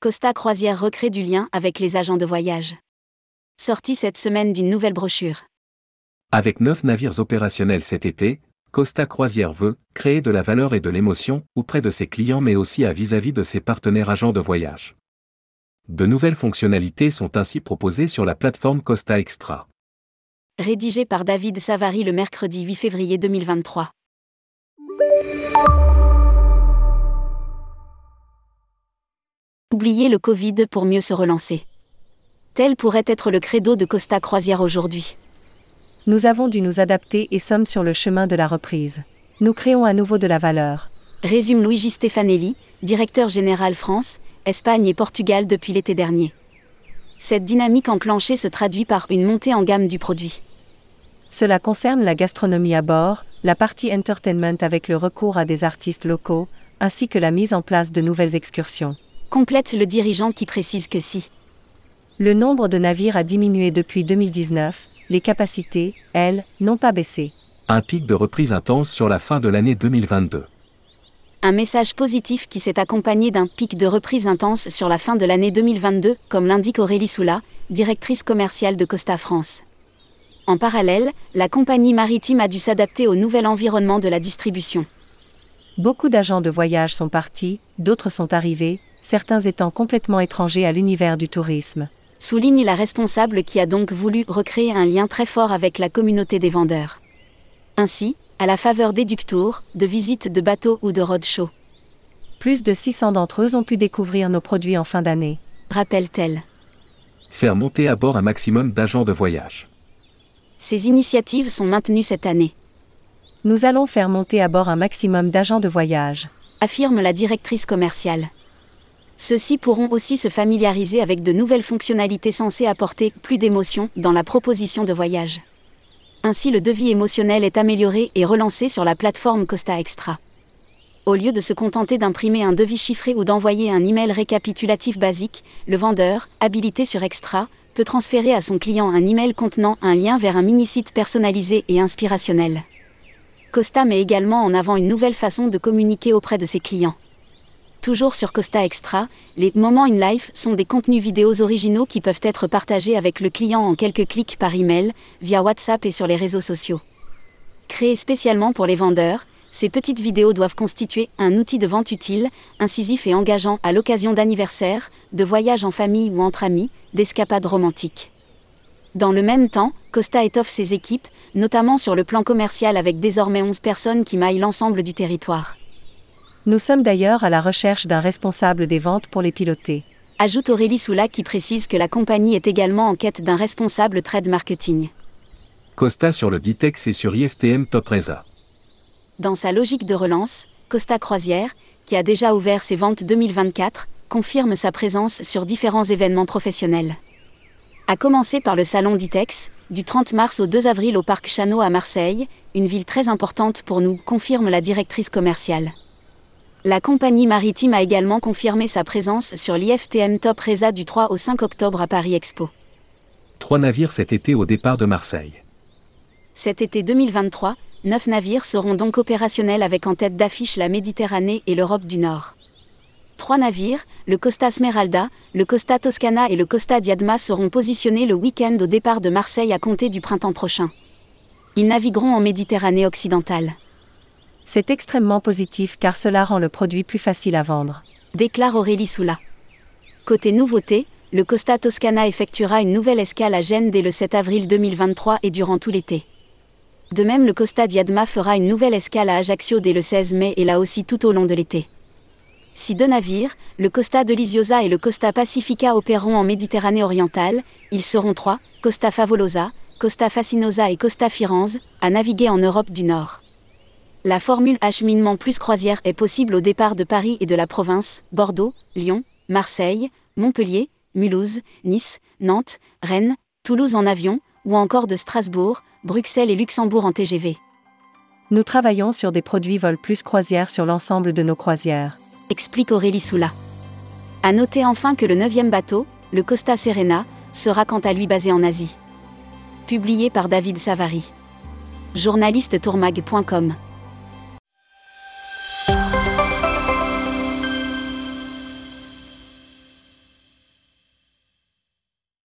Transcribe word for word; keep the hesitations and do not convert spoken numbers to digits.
Costa Croisière recrée du lien avec les agents de voyage. Sortie cette semaine d'une nouvelle brochure. Avec neuf navires opérationnels cet été, Costa Croisière veut créer de la valeur et de l'émotion auprès de ses clients mais aussi à vis-à-vis de ses partenaires agents de voyage. De nouvelles fonctionnalités sont ainsi proposées sur la plateforme Costa Extra. Rédigé par David Savary le mercredi huit février deux mille vingt-trois. Oublier le Covid pour mieux se relancer. Tel pourrait être le credo de Costa Croisière aujourd'hui. Nous avons dû nous adapter et sommes sur le chemin de la reprise. Nous créons à nouveau de la valeur. Résume Luigi Stefanelli, directeur général France, Espagne et Portugal depuis l'été dernier. Cette dynamique enclenchée se traduit par une montée en gamme du produit. Cela concerne la gastronomie à bord, la partie entertainment avec le recours à des artistes locaux, ainsi que la mise en place de nouvelles excursions. Complète le dirigeant qui précise que si le nombre de navires a diminué depuis deux mille dix-neuf, les capacités, elles, n'ont pas baissé. Un pic de reprise intense sur la fin de l'année deux mille vingt-deux. Un message positif qui s'est accompagné d'un pic de reprise intense sur la fin de l'année deux mille vingt-deux, comme l'indique Aurélie Soula, directrice commerciale de Costa France. En parallèle, la compagnie maritime a dû s'adapter au nouvel environnement de la distribution. Beaucoup d'agents de voyage sont partis, d'autres sont arrivés, certains étant complètement étrangers à l'univers du tourisme. Souligne la responsable qui a donc voulu recréer un lien très fort avec la communauté des vendeurs. Ainsi, à la faveur d'éductours, de visites de bateaux ou de roadshows. Plus de six cents d'entre eux ont pu découvrir nos produits en fin d'année. Rappelle-t-elle. Faire monter à bord un maximum d'agents de voyage. Ces initiatives sont maintenues cette année. Nous allons faire monter à bord un maximum d'agents de voyage, affirme la directrice commerciale. Ceux-ci pourront aussi se familiariser avec de nouvelles fonctionnalités censées apporter plus d'émotion dans la proposition de voyage. Ainsi, le devis émotionnel est amélioré et relancé sur la plateforme Costa Extra. Au lieu de se contenter d'imprimer un devis chiffré ou d'envoyer un email récapitulatif basique, le vendeur, habilité sur Extra, peut transférer à son client un email contenant un lien vers un mini-site personnalisé et inspirationnel. Costa met également en avant une nouvelle façon de communiquer auprès de ses clients. Toujours sur Costa Extra, les « moments in life » sont des contenus vidéos originaux qui peuvent être partagés avec le client en quelques clics par email, via WhatsApp et sur les réseaux sociaux. Créées spécialement pour les vendeurs, ces petites vidéos doivent constituer un outil de vente utile, incisif et engageant à l'occasion d'anniversaires, de voyages en famille ou entre amis, d'escapades romantiques. Dans le même temps, Costa étoffe ses équipes, notamment sur le plan commercial avec désormais onze personnes qui maillent l'ensemble du territoire. Nous sommes d'ailleurs à la recherche d'un responsable des ventes pour les piloter. Ajoute Aurélie Soula qui précise que la compagnie est également en quête d'un responsable trade marketing. Costa sur le Ditex et sur I F T M Top Resa. Dans sa logique de relance, Costa Croisière, qui a déjà ouvert ses ventes deux mille vingt-quatre, confirme sa présence sur différents événements professionnels. À commencer par le salon Ditex, du trente mars au deux avril au Parc Chano à Marseille, une ville très importante pour nous, confirme la directrice commerciale. La compagnie maritime a également confirmé sa présence sur l'I F T M Top Resa du trois au cinq octobre à Paris Expo. Trois navires cet été au départ de Marseille. Cet été deux mille vingt-trois, neuf navires seront donc opérationnels avec en tête d'affiche la Méditerranée et l'Europe du Nord. Trois navires, le Costa Smeralda, le Costa Toscana et le Costa Diadma seront positionnés le week-end au départ de Marseille à compter du printemps prochain. Ils navigueront en Méditerranée occidentale. C'est extrêmement positif car cela rend le produit plus facile à vendre, déclare Aurélie Soula. Côté nouveauté, le Costa Toscana effectuera une nouvelle escale à Gênes dès le sept avril deux mille vingt-trois et durant tout l'été. De même, le Costa Diadma fera une nouvelle escale à Ajaccio dès le seize mai et là aussi tout au long de l'été. Si deux navires, le Costa Deliziosa et le Costa Pacifica opéreront en Méditerranée orientale, ils seront trois, Costa Favolosa, Costa Fascinosa et Costa Firenze, à naviguer en Europe du Nord. La formule acheminement plus croisière est possible au départ de Paris et de la province, Bordeaux, Lyon, Marseille, Montpellier, Mulhouse, Nice, Nantes, Rennes, Toulouse en avion, ou encore de Strasbourg, Bruxelles et Luxembourg en T G V. Nous travaillons sur des produits vol plus croisière sur l'ensemble de nos croisières, explique Aurélie Soula. À noter enfin que le neuvième bateau, le Costa Serena, sera quant à lui basé en Asie. Publié par David Savary. Journaliste tourmag point com.